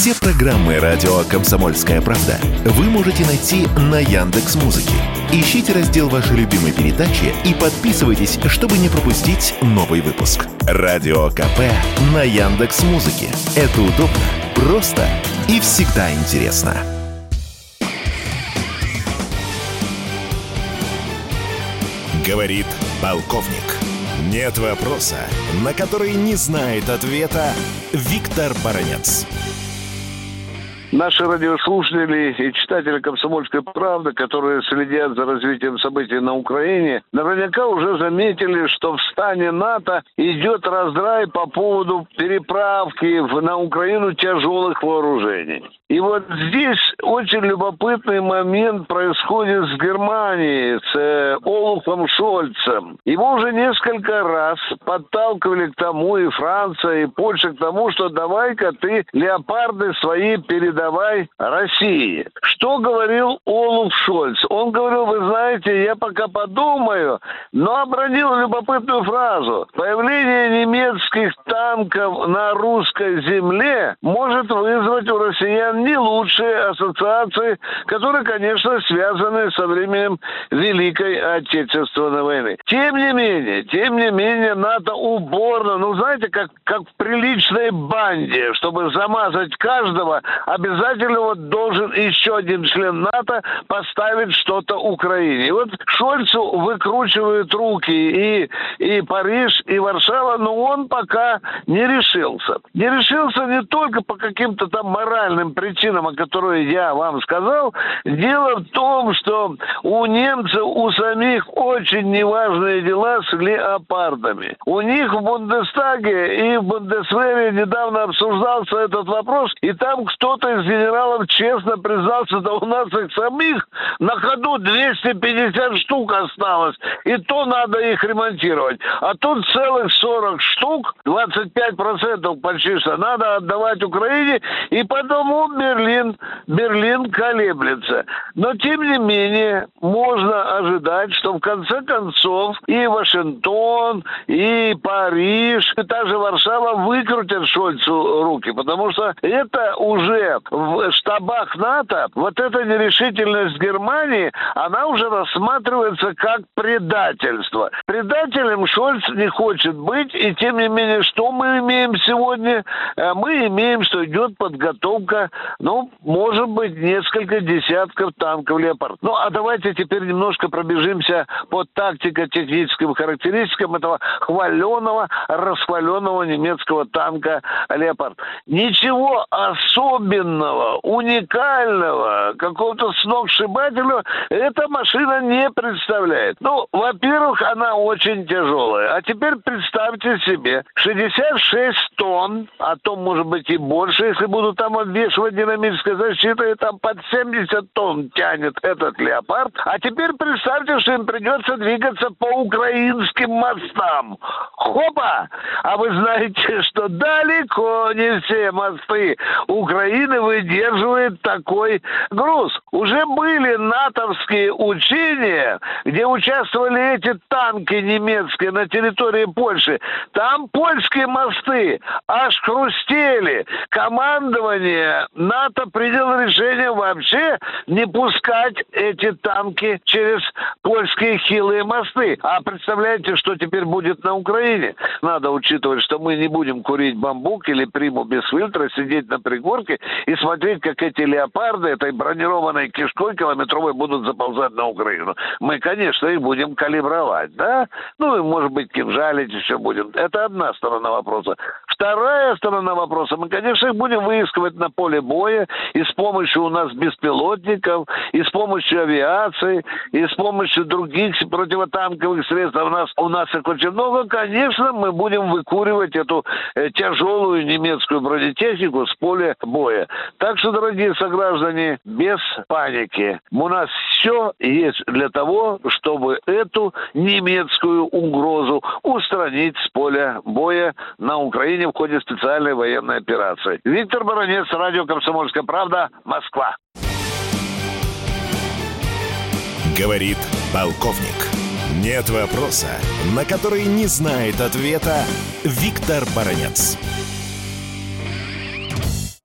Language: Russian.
Все программы радио «Комсомольская правда» вы можете найти на Яндекс.Музыке. Ищите раздел вашей любимой передачи и подписывайтесь, чтобы не пропустить новый выпуск. Радио КП на Яндекс.Музыке. Это удобно, просто и всегда интересно. Говорит полковник. Нет вопроса, на который не знает ответа Виктор Баранец. Наши радиослушатели и читатели «Комсомольской правды», которые следят за развитием событий на Украине, наверняка уже заметили, что в стане НАТО идет раздрай по поводу переправки на Украину тяжелых вооружений. И вот здесь очень любопытный момент происходит с Германией, с Олафом Шольцем. Его уже несколько раз подталкивали к тому, и Франция, и Польша, к тому, что давай-ка ты леопарды свои передавай России. Что говорил Олаф Шольц? Он говорил, вы знаете, я пока подумаю, но обронил любопытную фразу. Появление немецких танков на русской земле может вызвать у россиян не лучшие ассоциации, которые, конечно, связаны со временем Великой Отечественной войны. Тем не менее, НАТО упорно, знаете, как в приличной банде, чтобы замазать каждого, обязательно должен еще один член НАТО поставить что-то Украине. И вот Шольцу выкручивают руки и Париж, и Варшава, но он пока не решился. Не решился не только по каким-то там моральным причинам, о которых я вам сказал. Дело в том, что у немцев, у самих очень неважные дела с леопардами. У них в Бундестаге и в Бундесвере недавно обсуждался этот вопрос, и там кто-то из генералов честно признался, да у нас их самих на ходу 250 штук осталось, и то надо их ремонтировать. А тут целых 40 штук, 25% почти что, надо отдавать Украине, и потому Берлин колеблется. Но, тем не менее, можно ожидать, что в конце концов и Вашингтон, и Париж, и та же Варшава выкрутят Шольцу руки, потому что это уже в штабах НАТО, вот эта нерешительность Германии, она уже рассматривается как предательство. Предателем Шольц не хочет быть, и тем не менее, что мы имеем сегодня? Мы имеем, что идет подготовка, может быть, несколько десятков танков «Леопард». А давайте теперь немножко пробежимся по тактико-техническим характеристикам этого расхваленного немецкого танка «Леопард». Ничего особенного, уникального, какого-то сногсшибательного эта машина не представляет. Во-первых, она очень тяжелая. А теперь представьте себе, 66 тонн, а то, может быть, и больше, если будут там обвешивать динамической защитой, и там под 70 тонн тянет этот «Леопард». А теперь представьте, что им придется двигаться по украинским мостам. Хопа! А вы знаете, что далеко не все мосты Украины выдерживают такой груз. Уже были натовские учения, где участвовали эти танки немецкие на территории Польши. Там польские мосты аж хрустели. Командование НАТО приняло решение вообще не пускать эти танки через польские хилые мосты. А представляете, что теперь будет на Украине? Надо учитывать, что мы не будем курить бамбук или приму без фильтра, сидеть на пригорке и смотреть, как эти леопарды этой бронированной кишкой километровой будут заползать на Украину. Мы, конечно, их будем калибровать, да? И, может быть, кинжалить еще будем. Это одна сторона вопроса. Вторая сторона вопроса. Мы, конечно, их будем выискивать на поле боя и с помощью у нас беспилотников, и с помощью авиации, и с помощью других противотанковых средств. У нас их очень много. Конечно, мы будем выкуривать эту тяжелую немецкую бронетехнику с поля боя. Так что, дорогие сограждане, без паники. У нас все есть для того, чтобы эту немецкую угрозу устранить с поля боя на Украине в ходе специальной военной операции. Виктор Баранец, радио «Комсомольская правда», Москва. Говорит полковник. Нет вопроса, на который не знает ответа Виктор Баранец.